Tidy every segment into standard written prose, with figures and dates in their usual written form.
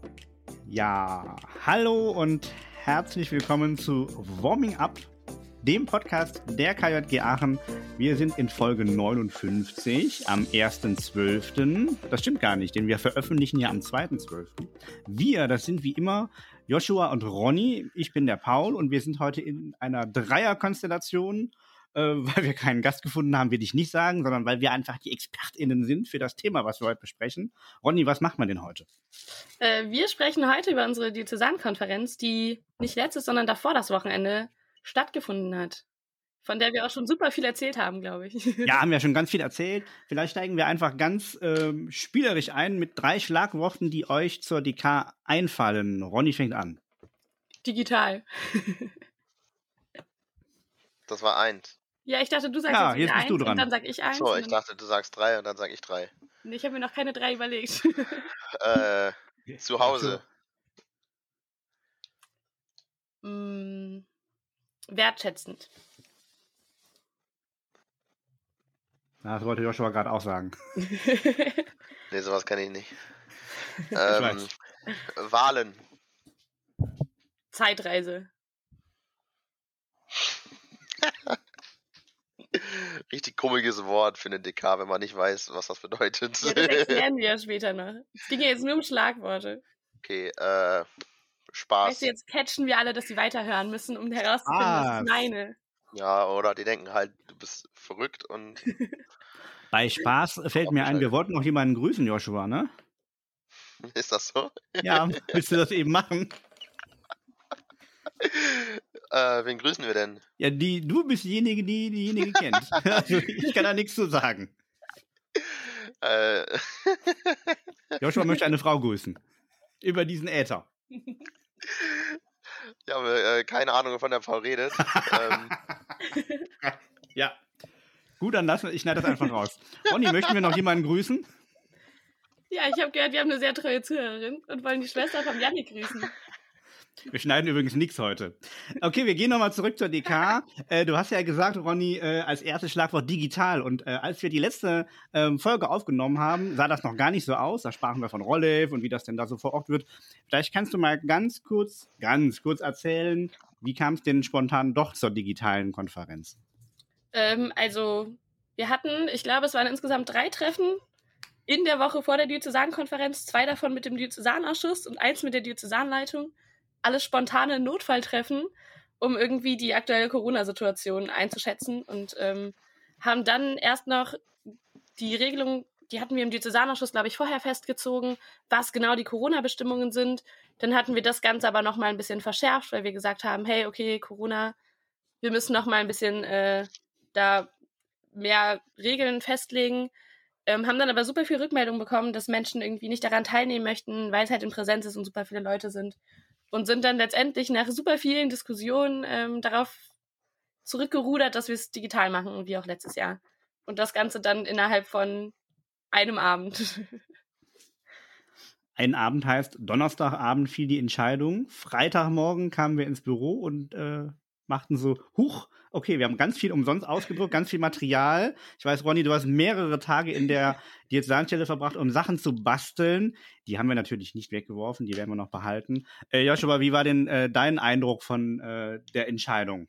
Ja, hallo und herzlich willkommen zu Warming Up, dem Podcast der KJG Aachen. Wir sind in Folge 59 am 1.12. Das stimmt gar nicht, denn wir veröffentlichen ja am 2.12. Wir, das sind wie immer Joshua und Ronny. Ich bin der Paul und wir sind heute in einer Dreierkonstellation. Weil wir keinen Gast gefunden haben, will ich nicht sagen, sondern weil wir einfach die ExpertInnen sind für das Thema, was wir heute besprechen. Ronny, was macht man denn heute? Wir sprechen heute über unsere Diözesankonferenz, die nicht letztes, sondern davor das Wochenende stattgefunden hat. Von der wir auch schon super viel erzählt haben, glaube ich. Ja, haben wir schon ganz viel erzählt. Vielleicht steigen wir einfach ganz spielerisch ein mit 3 Schlagworten, die euch zur DK einfallen. Ronny fängt an. Digital. Das war 1. Ja, ich dachte, du sagst jetzt bist du dran. Und dann sag ich 1. So, ich dachte, du sagst 3 und dann sag ich 3. Nee, ich habe mir noch keine 3 überlegt. Zu Hause. Wertschätzend. Das wollte Joshua gerade auch sagen. Nee, sowas kann ich nicht. Wahlen. Zeitreise. Richtig komisches Wort für eine DK, wenn man nicht weiß, was das bedeutet. Ja, das erklären wir ja später noch. Es ging ja jetzt nur um Schlagworte. Okay, Spaß. Weißt du, jetzt catchen wir alle, dass sie weiterhören müssen, um herauszufinden, was ich meine. Ja, oder die denken halt, du bist verrückt und... Bei Spaß fällt mir ein, wir wollten noch jemanden grüßen, Joshua, ne? Ist das so? Ja, willst du das eben machen? Wen grüßen wir denn? Ja, du bist diejenige, die diejenige kennt. Also ich kann da nichts zu sagen. Joshua möchte eine Frau grüßen. Über diesen Äther. Ja, aber keine Ahnung, wovon der Frau redet. Ja. Gut, dann ich schneide das einfach raus. Ronny, möchten wir noch jemanden grüßen? Ja, ich habe gehört, wir haben eine sehr treue Zuhörerin und wollen die Schwester von Jannik grüßen. Wir schneiden übrigens nichts heute. Okay, wir gehen nochmal zurück zur DK. Du hast ja gesagt, Ronny, als erstes Schlagwort digital. Und als wir die letzte Folge aufgenommen haben, sah das noch gar nicht so aus. Da sprachen wir von Rollef und wie das denn da so vor Ort wird. Vielleicht kannst du mal ganz kurz erzählen, wie kam es denn spontan doch zur digitalen Konferenz? Also, wir hatten, ich glaube, es waren insgesamt 3 Treffen in der Woche vor der Diözesankonferenz, 2 davon mit dem Diözesanausschuss und 1 mit der Diözesanleitung. Alles spontane Notfalltreffen, um irgendwie die aktuelle Corona-Situation einzuschätzen und haben dann erst noch die Regelung, die hatten wir im Diözesanausschuss, glaube ich, vorher festgezogen, was genau die Corona-Bestimmungen sind. Dann hatten wir das Ganze aber noch mal ein bisschen verschärft, weil wir gesagt haben, hey, okay, Corona, wir müssen noch mal ein bisschen da mehr Regeln festlegen. Haben dann aber super viel Rückmeldung bekommen, dass Menschen irgendwie nicht daran teilnehmen möchten, weil es halt in Präsenz ist und super viele Leute sind. Und sind dann letztendlich nach super vielen Diskussionen darauf zurückgerudert, dass wir es digital machen, wie auch letztes Jahr. Und das Ganze dann innerhalb von einem Abend. Ein Abend heißt, Donnerstagabend fiel die Entscheidung. Freitagmorgen kamen wir ins Büro und machten so, okay, wir haben ganz viel umsonst ausgedruckt, ganz viel Material. Ich weiß, Ronny, du hast mehrere Tage in der Diözesanstelle verbracht, um Sachen zu basteln. Die haben wir natürlich nicht weggeworfen, die werden wir noch behalten. Joshua, wie war denn dein Eindruck von der Entscheidung?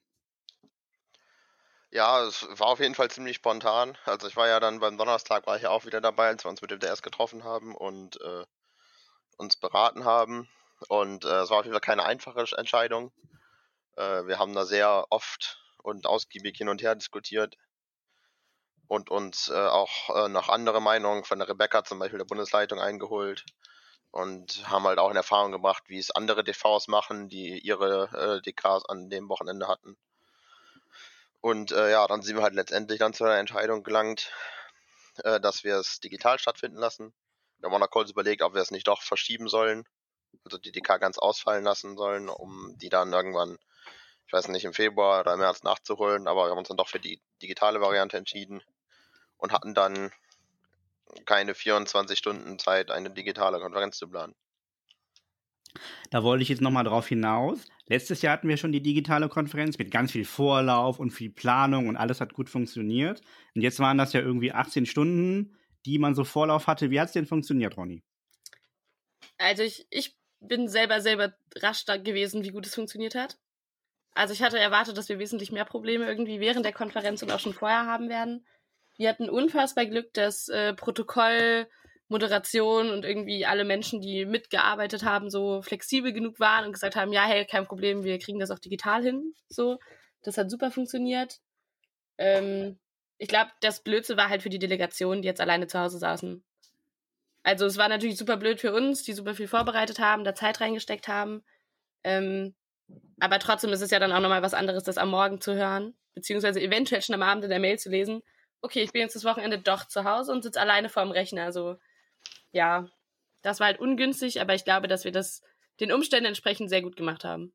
Ja, es war auf jeden Fall ziemlich spontan. Also ich war ja dann beim Donnerstag, war ich ja auch wieder dabei, als wir uns mit dem DS getroffen haben und uns beraten haben. Und es war auf jeden Fall keine einfache Entscheidung. Wir haben da sehr oft und ausgiebig hin und her diskutiert und uns auch noch andere Meinungen von der Rebecca, zum Beispiel der Bundesleitung, eingeholt und haben halt auch in Erfahrung gebracht, wie es andere DVs machen, die ihre DKs an dem Wochenende hatten. Und dann sind wir halt letztendlich dann zu einer Entscheidung gelangt, dass wir es digital stattfinden lassen. Wir haben auch noch kurz überlegt, ob wir es nicht doch verschieben sollen, also die DK ganz ausfallen lassen sollen, um die dann irgendwann, ich weiß nicht, im Februar oder im März nachzuholen, aber wir haben uns dann doch für die digitale Variante entschieden und hatten dann keine 24 Stunden Zeit, eine digitale Konferenz zu planen. Da wollte ich jetzt nochmal drauf hinaus. Letztes Jahr hatten wir schon die digitale Konferenz mit ganz viel Vorlauf und viel Planung und alles hat gut funktioniert. Und jetzt waren das ja irgendwie 18 Stunden, die man so Vorlauf hatte. Wie hat es denn funktioniert, Ronny? Also ich bin selber rasch da gewesen, wie gut es funktioniert hat. Also ich hatte erwartet, dass wir wesentlich mehr Probleme irgendwie während der Konferenz und auch schon vorher haben werden. Wir hatten unfassbar Glück, dass Protokoll, Moderation und irgendwie alle Menschen, die mitgearbeitet haben, so flexibel genug waren und gesagt haben, ja, hey, kein Problem, wir kriegen das auch digital hin. So, das hat super funktioniert. Ich glaube, das Blödste war halt für die Delegation, die jetzt alleine zu Hause saßen. Also es war natürlich super blöd für uns, die super viel vorbereitet haben, da Zeit reingesteckt haben. Aber trotzdem ist es ja dann auch nochmal was anderes, das am Morgen zu hören, beziehungsweise eventuell schon am Abend in der Mail zu lesen. Okay, ich bin jetzt das Wochenende doch zu Hause und sitze alleine vorm Rechner. Also ja, das war halt ungünstig, aber ich glaube, dass wir das den Umständen entsprechend sehr gut gemacht haben.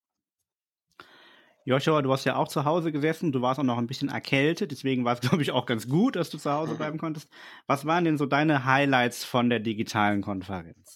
Joshua, du hast ja auch zu Hause gesessen, du warst auch noch ein bisschen erkältet, deswegen war es, glaube ich, auch ganz gut, dass du zu Hause bleiben konntest. Was waren denn so deine Highlights von der digitalen Konferenz?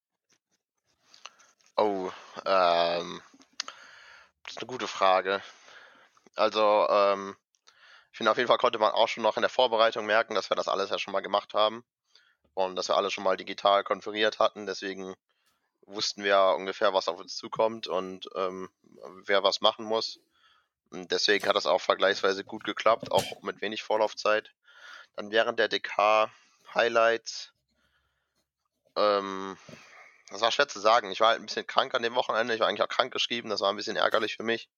Oh, das ist eine gute Frage. Also, ich finde, auf jeden Fall konnte man auch schon noch in der Vorbereitung merken, dass wir das alles ja schon mal gemacht haben und dass wir alle schon mal digital konferiert hatten. Deswegen wussten wir ungefähr, was auf uns zukommt und wer was machen muss. Und deswegen hat das auch vergleichsweise gut geklappt, auch mit wenig Vorlaufzeit. Dann während der DK Highlights, das war schwer zu sagen. Ich war halt ein bisschen krank an dem Wochenende. Ich war eigentlich auch krank geschrieben. Das war ein bisschen ärgerlich für mich.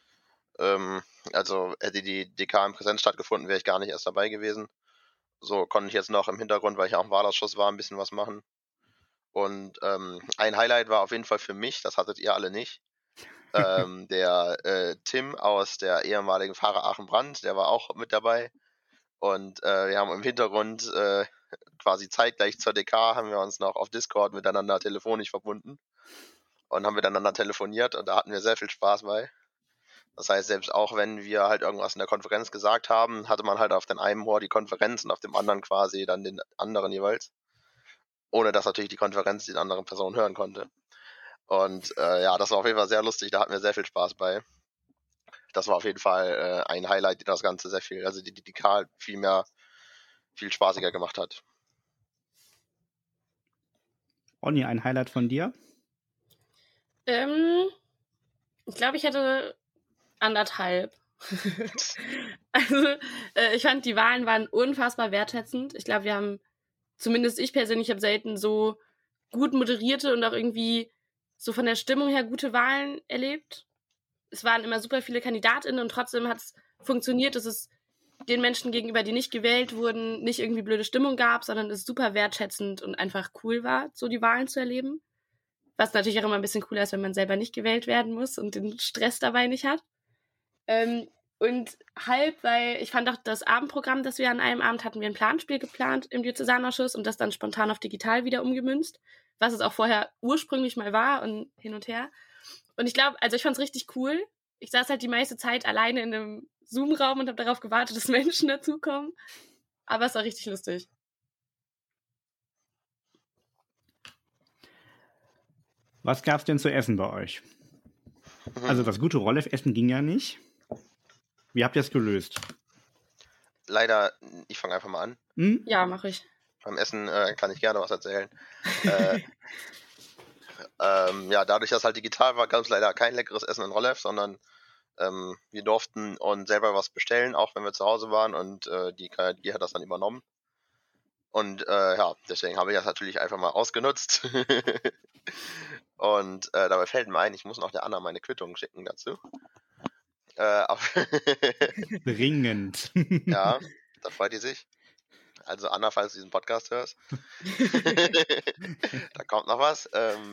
Also hätte die DK in Präsenz stattgefunden, wäre ich gar nicht erst dabei gewesen. So konnte ich jetzt noch im Hintergrund, weil ich auch im Wahlausschuss war, ein bisschen was machen. Und ein Highlight war auf jeden Fall für mich, das hattet ihr alle nicht. Der Tim aus der ehemaligen Fahrer Aachen-Brand, der war auch mit dabei. Und wir haben im Hintergrund quasi zeitgleich zur DK haben wir uns noch auf Discord miteinander telefonisch verbunden und haben miteinander telefoniert und da hatten wir sehr viel Spaß bei. Das heißt, selbst auch wenn wir halt irgendwas in der Konferenz gesagt haben, hatte man halt auf den einen Ohr die Konferenz und auf dem anderen quasi dann den anderen jeweils. Ohne dass natürlich die Konferenz die anderen Personen hören konnte. Und ja, das war auf jeden Fall sehr lustig, da hatten wir sehr viel Spaß bei. Das war auf jeden Fall ein Highlight, die das Ganze sehr viel, also die DK viel spaßiger gemacht hat. Ronny, ein Highlight von dir? Ich glaube, ich hätte 1,5. Also, ich fand, die Wahlen waren unfassbar wertschätzend. Ich glaube, zumindest ich persönlich habe selten so gut moderierte und auch irgendwie so von der Stimmung her gute Wahlen erlebt. Es waren immer super viele KandidatInnen und trotzdem hat es funktioniert, dass es den Menschen gegenüber, die nicht gewählt wurden, nicht irgendwie blöde Stimmung gab, sondern es super wertschätzend und einfach cool war, so die Wahlen zu erleben. Was natürlich auch immer ein bisschen cooler ist, wenn man selber nicht gewählt werden muss und den Stress dabei nicht hat. Und halb, weil ich fand auch das Abendprogramm, das wir an einem Abend hatten, wir ein Planspiel geplant im Diözesanausschuss und das dann spontan auf digital wieder umgemünzt, was es auch vorher ursprünglich mal war und hin und her. Und ich glaube, also ich fand es richtig cool. Ich saß halt die meiste Zeit alleine in einem Zoom-Raum und habe darauf gewartet, dass Menschen dazukommen. Aber es war richtig lustig. Was gab's denn zu essen bei euch? Also das gute Roleff-Essen ging ja nicht. Wie habt ihr es gelöst? Leider, ich fange einfach mal an. Ja, mache ich. Beim Essen kann ich gerne was erzählen. Ja, dadurch, dass halt digital war, gab es leider kein leckeres Essen in Roleff, sondern wir durften uns selber was bestellen, auch wenn wir zu Hause waren und die KJG hat das dann übernommen. Und ja, deswegen habe ich das natürlich einfach mal ausgenutzt. Und dabei fällt mir ein, ich muss noch der Anna meine Quittung schicken dazu. Dringend. Ja, da freut die sich. Also Anna, falls du diesen Podcast hörst. Da kommt noch was.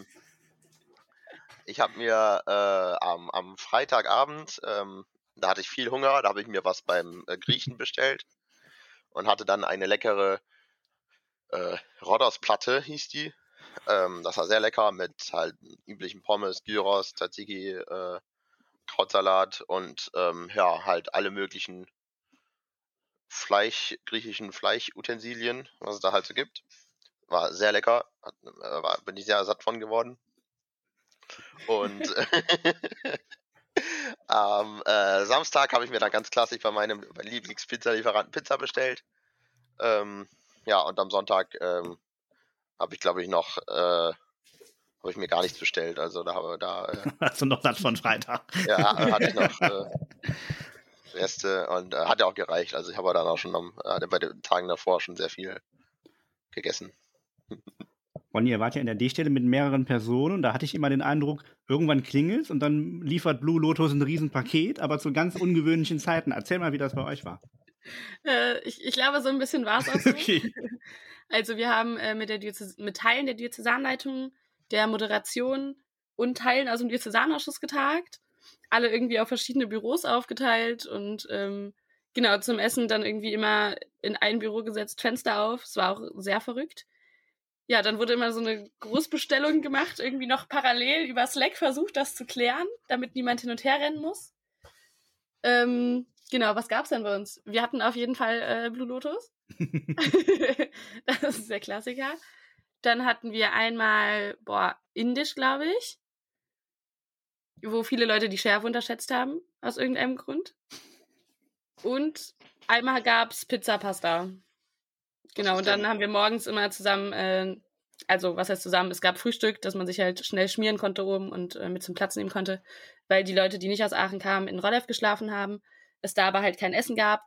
Ich habe mir am Freitagabend, da hatte ich viel Hunger, da habe ich mir was beim Griechen bestellt und hatte dann eine leckere Rhodos-Platte, hieß die. Das war sehr lecker mit halt üblichen Pommes, Gyros, Tzatziki, Krautsalat und ja, halt alle möglichen griechischen Fleischutensilien, was es da halt so gibt. War sehr lecker, bin ich sehr satt von geworden. Und am Samstag habe ich mir dann ganz klassisch bei meinem Lieblingspizzalieferanten Pizza bestellt. Ja, und am Sonntag habe ich, glaube ich, noch habe ich mir gar nichts bestellt. Also Hast du noch das von Freitag? Ja, hatte ich noch Reste und hat ja auch gereicht. Also ich habe dann auch schon bei den Tagen davor schon sehr viel gegessen. Und ihr wart ja in der D-Stelle mit mehreren Personen und da hatte ich immer den Eindruck, irgendwann klingelt und dann liefert Blue Lotus ein Riesenpaket, aber zu ganz ungewöhnlichen Zeiten. Erzähl mal, wie das bei euch war. Ich glaube, so ein bisschen war es auch so. Okay. Also wir haben mit Teilen der Diözesanleitung, der Moderation und Teilen aus dem Diözesanausschuss getagt. Alle irgendwie auf verschiedene Büros aufgeteilt und genau, zum Essen dann irgendwie immer in ein Büro gesetzt, Fenster auf. Es war auch sehr verrückt. Ja, dann wurde immer so eine Großbestellung gemacht, irgendwie noch parallel über Slack versucht, das zu klären, damit niemand hin und her rennen muss. Genau, was gab's denn bei uns? Wir hatten auf jeden Fall Blue Lotus. Das ist der Klassiker. Dann hatten wir einmal, Indisch, glaube ich, wo viele Leute die Schärfe unterschätzt haben, aus irgendeinem Grund. Und einmal gab's Pizza Pasta. Genau, und dann haben wir morgens immer zusammen, also was heißt zusammen, es gab Frühstück, dass man sich halt schnell schmieren konnte oben und mit zum Platz nehmen konnte, weil die Leute, die nicht aus Aachen kamen, in Rodev geschlafen haben, es da aber halt kein Essen gab,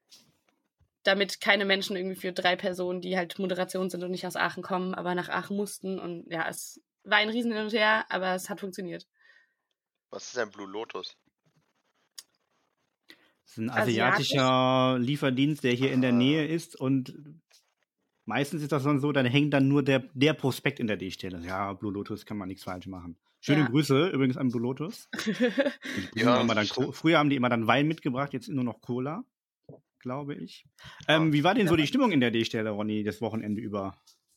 damit keine Menschen irgendwie für 3 Personen, die halt Moderation sind und nicht aus Aachen kommen, aber nach Aachen mussten und ja, es war ein Riesen hin und her, aber es hat funktioniert. Was ist denn Blue Lotus? Das ist ein asiatischer Lieferdienst, der hier in der Nähe ist und meistens ist das dann so, dann hängt dann nur der Prospekt in der D-Stelle. Ja, Blue Lotus kann man nichts falsch machen. Schöne Grüße übrigens an Blue Lotus. Früher haben die immer dann Wein mitgebracht, jetzt nur noch Cola, glaube ich. Wie war denn so die Stimmung in der D-Stelle, Ronny, das Wochenende über?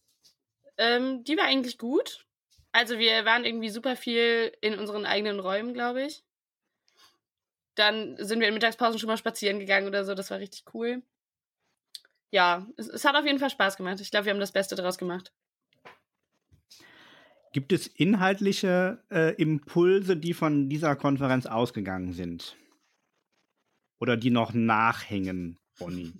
Die war eigentlich gut. Also wir waren irgendwie super viel in unseren eigenen Räumen, glaube ich. Dann sind wir in Mittagspausen schon mal spazieren gegangen oder so. Das war richtig cool. Ja, es hat auf jeden Fall Spaß gemacht. Ich glaube, wir haben das Beste daraus gemacht. Gibt es inhaltliche Impulse, die von dieser Konferenz ausgegangen sind? Oder die noch nachhängen, Ronny?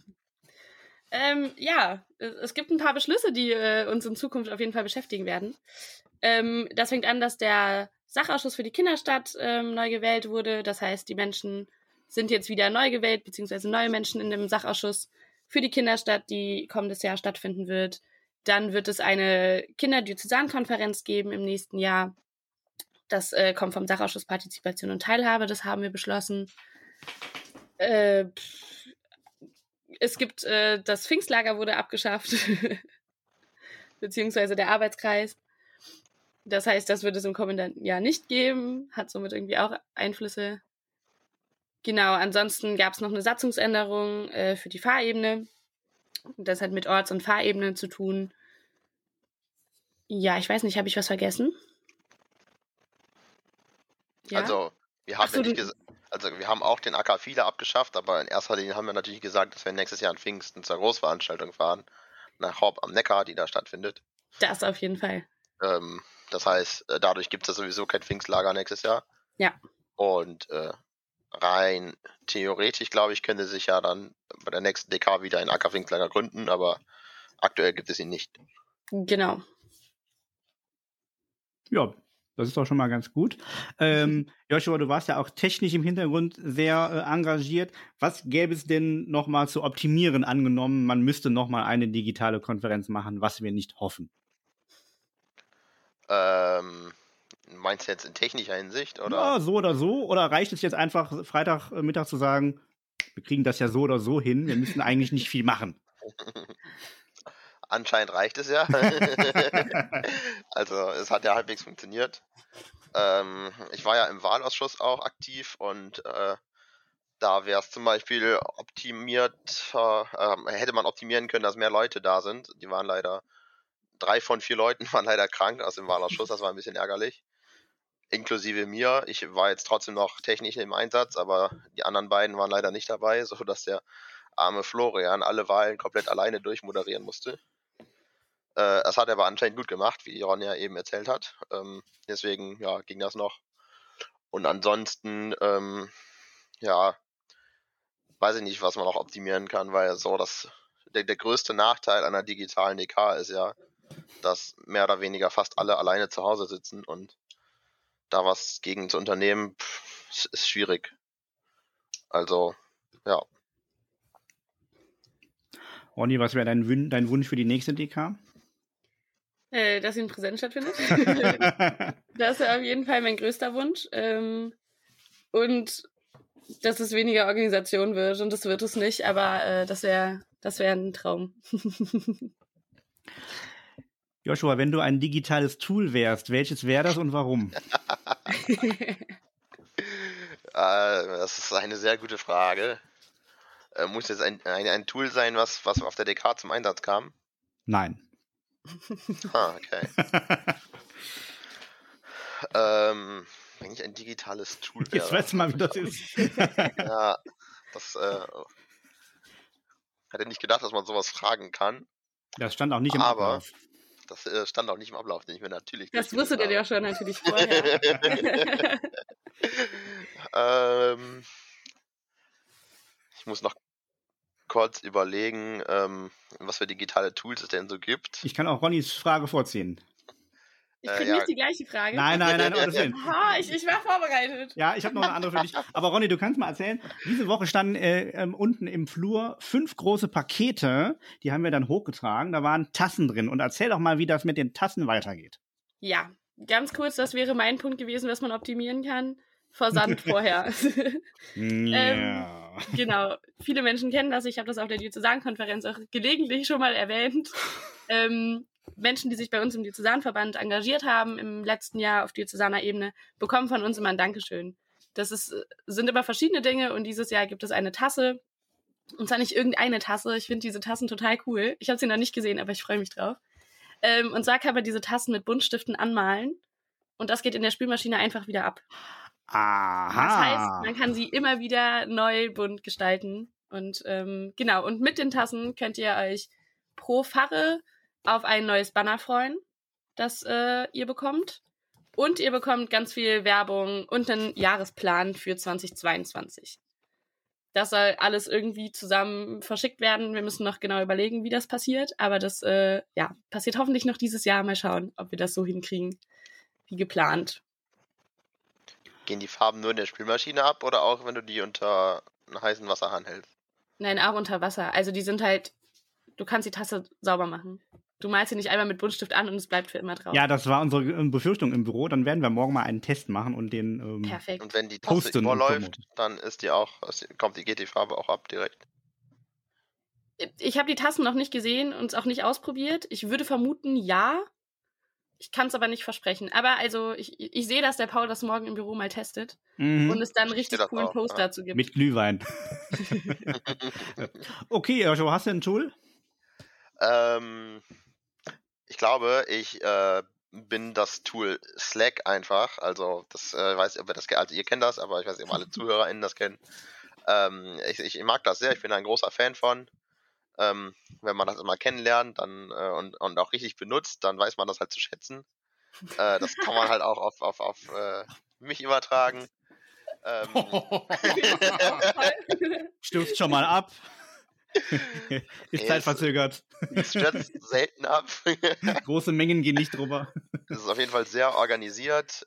Ja, es gibt ein paar Beschlüsse, die uns in Zukunft auf jeden Fall beschäftigen werden. Das fängt an, dass der Sachausschuss für die Kinderstadt neu gewählt wurde. Das heißt, die Menschen sind jetzt wieder neu gewählt, beziehungsweise neue Menschen in dem Sachausschuss für die Kinderstadt, die kommendes Jahr stattfinden wird. Dann wird es eine Kinderdiözesankonferenz geben im nächsten Jahr. Das kommt vom Sachausschuss Partizipation und Teilhabe, das haben wir beschlossen. Es gibt, das Pfingstlager wurde abgeschafft, beziehungsweise der Arbeitskreis. Das heißt, das wird es im kommenden Jahr nicht geben, hat somit irgendwie auch Einflüsse. Genau, ansonsten gab es noch eine Satzungsänderung für die Fahrebene. Das hat mit Orts- und Fahrebene zu tun. Ja, ich weiß nicht, habe ich was vergessen? Ja? Also, wir haben auch den AK FILA abgeschafft, aber in erster Linie haben wir natürlich gesagt, dass wir nächstes Jahr an Pfingsten zur Großveranstaltung fahren, nach Horb am Neckar, die da stattfindet. Das auf jeden Fall. Das heißt, dadurch gibt es sowieso kein Pfingstlager nächstes Jahr. Ja. Und rein theoretisch, glaube ich, könnte sich ja dann bei der nächsten DK wieder ein AK Pfingstlager gründen, aber aktuell gibt es ihn nicht. Genau. Ja, das ist doch schon mal ganz gut. Joshua, du warst ja auch technisch im Hintergrund sehr engagiert. Was gäbe es denn noch mal zu optimieren, angenommen, man müsste noch mal eine digitale Konferenz machen, was wir nicht hoffen? Meinst du jetzt in technischer Hinsicht? Oder? Ja, so oder so. Oder reicht es jetzt einfach, Freitagmittag zu sagen, wir kriegen das ja so oder so hin, wir müssen eigentlich nicht viel machen? Anscheinend reicht es ja. Also es hat ja halbwegs funktioniert. Ich war ja im Wahlausschuss auch aktiv und da wäre es zum Beispiel hätte man optimieren können, dass mehr Leute da sind. Die waren leider, 3 von 4 Leuten waren leider krank aus dem Wahlausschuss, das war ein bisschen ärgerlich. Inklusive mir. Ich war jetzt trotzdem noch technisch im Einsatz, aber die anderen beiden waren leider nicht dabei, sodass der arme Florian alle Wahlen komplett alleine durchmoderieren musste. Das hat er aber anscheinend gut gemacht, wie Ronja eben erzählt hat. Deswegen ging das noch. Und ansonsten, weiß ich nicht, was man noch optimieren kann, weil so der größte Nachteil einer digitalen DK ist ja, dass mehr oder weniger fast alle alleine zu Hause sitzen und da was gegen zu unternehmen, ist schwierig. Also, ja. Ronny, was wäre dein Wunsch für die nächste DK? Dass in Präsenz stattfindet. Das ist auf jeden Fall mein größter Wunsch. Und dass es weniger Organisation wird. Und das wird es nicht, aber das wär ein Traum. Joshua, wenn du ein digitales Tool wärst, welches wäre das und warum? Das ist eine sehr gute Frage. Muss jetzt ein Tool sein, was auf der DK zum Einsatz kam? Nein. Okay. Wenn ich ein digitales Tool wäre. Jetzt weißt du mal, wie das ist. Ja, das hätte nicht gedacht, dass man sowas fragen kann. Das stand auch nicht im Ablauf. Das stand auch nicht im Ablauf, den ich mir natürlich. Das wusstet ihr ja schon natürlich vorher. Ich muss noch kurz überlegen, was für digitale Tools es denn so gibt. Ich kann auch Ronnys Frage vorziehen. Ich kriege nicht die gleiche Frage. Nein, ich war vorbereitet. Ja, ich habe noch eine andere für dich. Aber Ronny, du kannst mal erzählen, diese Woche standen unten im Flur 5 große Pakete, die haben wir dann hochgetragen, da waren Tassen drin. Und erzähl doch mal, wie das mit den Tassen weitergeht. Ja, ganz kurz, das wäre mein Punkt gewesen, was man optimieren kann. Versand vorher. Ja. Genau, viele Menschen kennen das, ich habe das auf der Diözesankonferenz auch gelegentlich schon mal erwähnt. Menschen, die sich bei uns im Diözesanverband engagiert haben im letzten Jahr auf diözesaner Ebene, bekommen von uns immer ein Dankeschön. Sind immer verschiedene Dinge und dieses Jahr gibt es eine Tasse. Und zwar nicht irgendeine Tasse. Ich finde diese Tassen total cool. Ich habe sie noch nicht gesehen, aber ich freue mich drauf. Und zwar kann man diese Tassen mit Buntstiften anmalen und das geht in der Spülmaschine einfach wieder ab. Aha. Das heißt, man kann sie immer wieder neu bunt gestalten. Und genau, und mit den Tassen könnt ihr euch pro Pfarre auf ein neues Banner freuen, das ihr bekommt. Und ihr bekommt ganz viel Werbung und einen Jahresplan für 2022. Das soll alles irgendwie zusammen verschickt werden. Wir müssen noch genau überlegen, wie das passiert. Aber das passiert hoffentlich noch dieses Jahr. Mal schauen, ob wir das so hinkriegen, wie geplant. Gehen die Farben nur in der Spülmaschine ab oder auch, wenn du die unter einem heißen Wasserhahn hältst? Nein, auch unter Wasser. Also die sind halt, du kannst die Tasse sauber machen. Du malst sie nicht einmal mit Buntstift an und es bleibt für immer drauf. Ja, das war unsere Befürchtung im Büro. Dann werden wir morgen mal einen Test machen und den Perfekt. Und wenn die Tasse überläuft, dann geht die Farbe auch ab direkt. Ich habe die Tassen noch nicht gesehen und es auch nicht ausprobiert. Ich würde vermuten, ja. Ich kann es aber nicht versprechen. Aber also, ich sehe, dass der Paul das morgen im Büro mal testet und es dann einen richtig coolen Post dazu gibt. Mit Glühwein. Okay, Joshua, hast du ein Tool? Ich glaube, ich bin das Tool Slack einfach. Also, ich weiß nicht, ob ihr das kennt. Also, ihr kennt das, aber ich weiß nicht, ob alle ZuhörerInnen das kennen. Ich mag das sehr. Ich bin ein großer Fan von. Wenn man das immer kennenlernt dann und auch richtig benutzt, dann weiß man das halt zu schätzen. Das kann man halt auch auf mich übertragen. Stürzt schon mal ab. Ist zeitverzögert. Stürzt selten ab. Große Mengen gehen nicht drüber. Das ist auf jeden Fall sehr organisiert.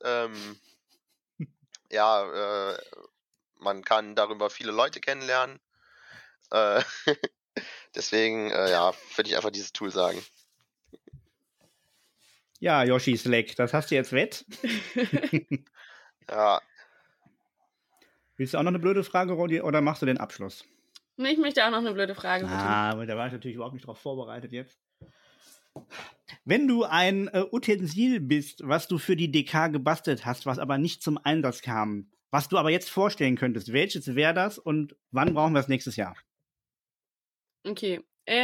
Man kann darüber viele Leute kennenlernen. Deswegen, würde ich einfach dieses Tool sagen. Ja, Yoshi Slack, das hast du jetzt wett. Ja. Willst du auch noch eine blöde Frage, Rodi, oder machst du den Abschluss? Ich möchte auch noch eine blöde Frage bitte. Aber da war ich natürlich überhaupt nicht drauf vorbereitet jetzt. Wenn du ein Utensil bist, was du für die DK gebastelt hast, was aber nicht zum Einsatz kam, was du aber jetzt vorstellen könntest, welches wäre das und wann brauchen wir es nächstes Jahr? Okay.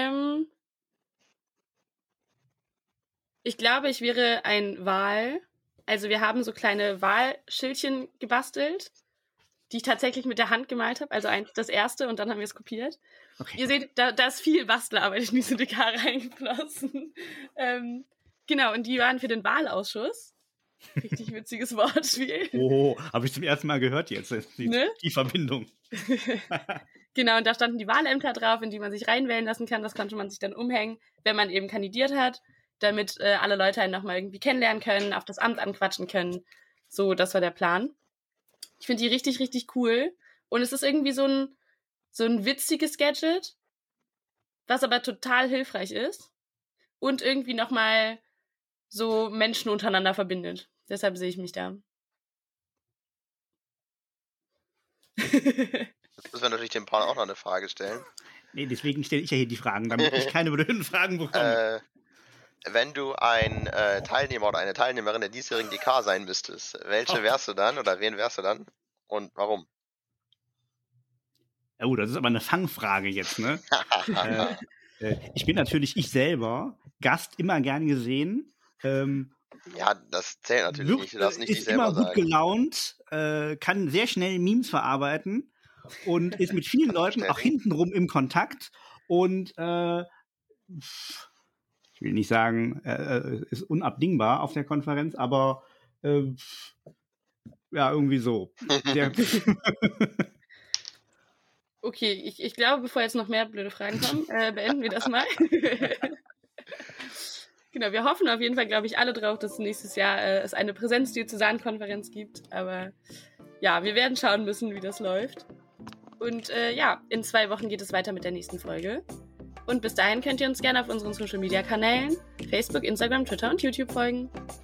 Ich glaube, ich wäre ein Wal. Also wir haben so kleine Walschildchen gebastelt, die ich tatsächlich mit der Hand gemalt habe. Also das erste und dann haben wir es kopiert. Okay. Ihr seht, da ist viel Bastelarbeit in diese DK reingeflossen. Genau, und die waren für den Wahlausschuss. Richtig witziges Wortspiel. Oh, habe ich zum ersten Mal gehört jetzt, die Verbindung. Genau, und da standen die Wahlämter drauf, in die man sich reinwählen lassen kann. Das konnte man sich dann umhängen, wenn man eben kandidiert hat. damit alle Leute einen nochmal irgendwie kennenlernen können, auf das Amt anquatschen können. So, das war der Plan. Ich finde die richtig, richtig cool. Und es ist irgendwie so ein witziges Gadget, was aber total hilfreich ist und irgendwie nochmal so Menschen untereinander verbindet. Deshalb sehe ich mich da. Jetzt müssen wir natürlich dem Paul auch noch eine Frage stellen. Nee, deswegen stelle ich ja hier die Fragen, damit ich keine blöden Fragen bekomme. Wenn du ein Teilnehmer oder eine Teilnehmerin der diesjährigen DK sein müsstest, welche wärst du dann oder wen wärst du dann und warum? Oh, das ist aber eine Fangfrage jetzt, ne? Ich bin natürlich ich selber, Gast immer gern gesehen. Ja, das zählt natürlich nicht. Du darfst nicht dich Ist selber immer gut sagen. gelaunt, kann sehr schnell Memes verarbeiten und ist mit vielen Leuten auch hintenrum im Kontakt und ich will nicht sagen, ist unabdingbar auf der Konferenz, aber ja, irgendwie so. Okay, ich glaube, bevor jetzt noch mehr blöde Fragen kommen, beenden wir das mal. Genau, wir hoffen auf jeden Fall, glaube ich, alle drauf, dass nächstes Jahr es eine Präsenz-Diözesan-Konferenz gibt. Aber ja, wir werden schauen müssen, wie das läuft. Und ja, in 2 Wochen geht es weiter mit der nächsten Folge. Und bis dahin könnt ihr uns gerne auf unseren Social-Media-Kanälen, Facebook, Instagram, Twitter und YouTube folgen.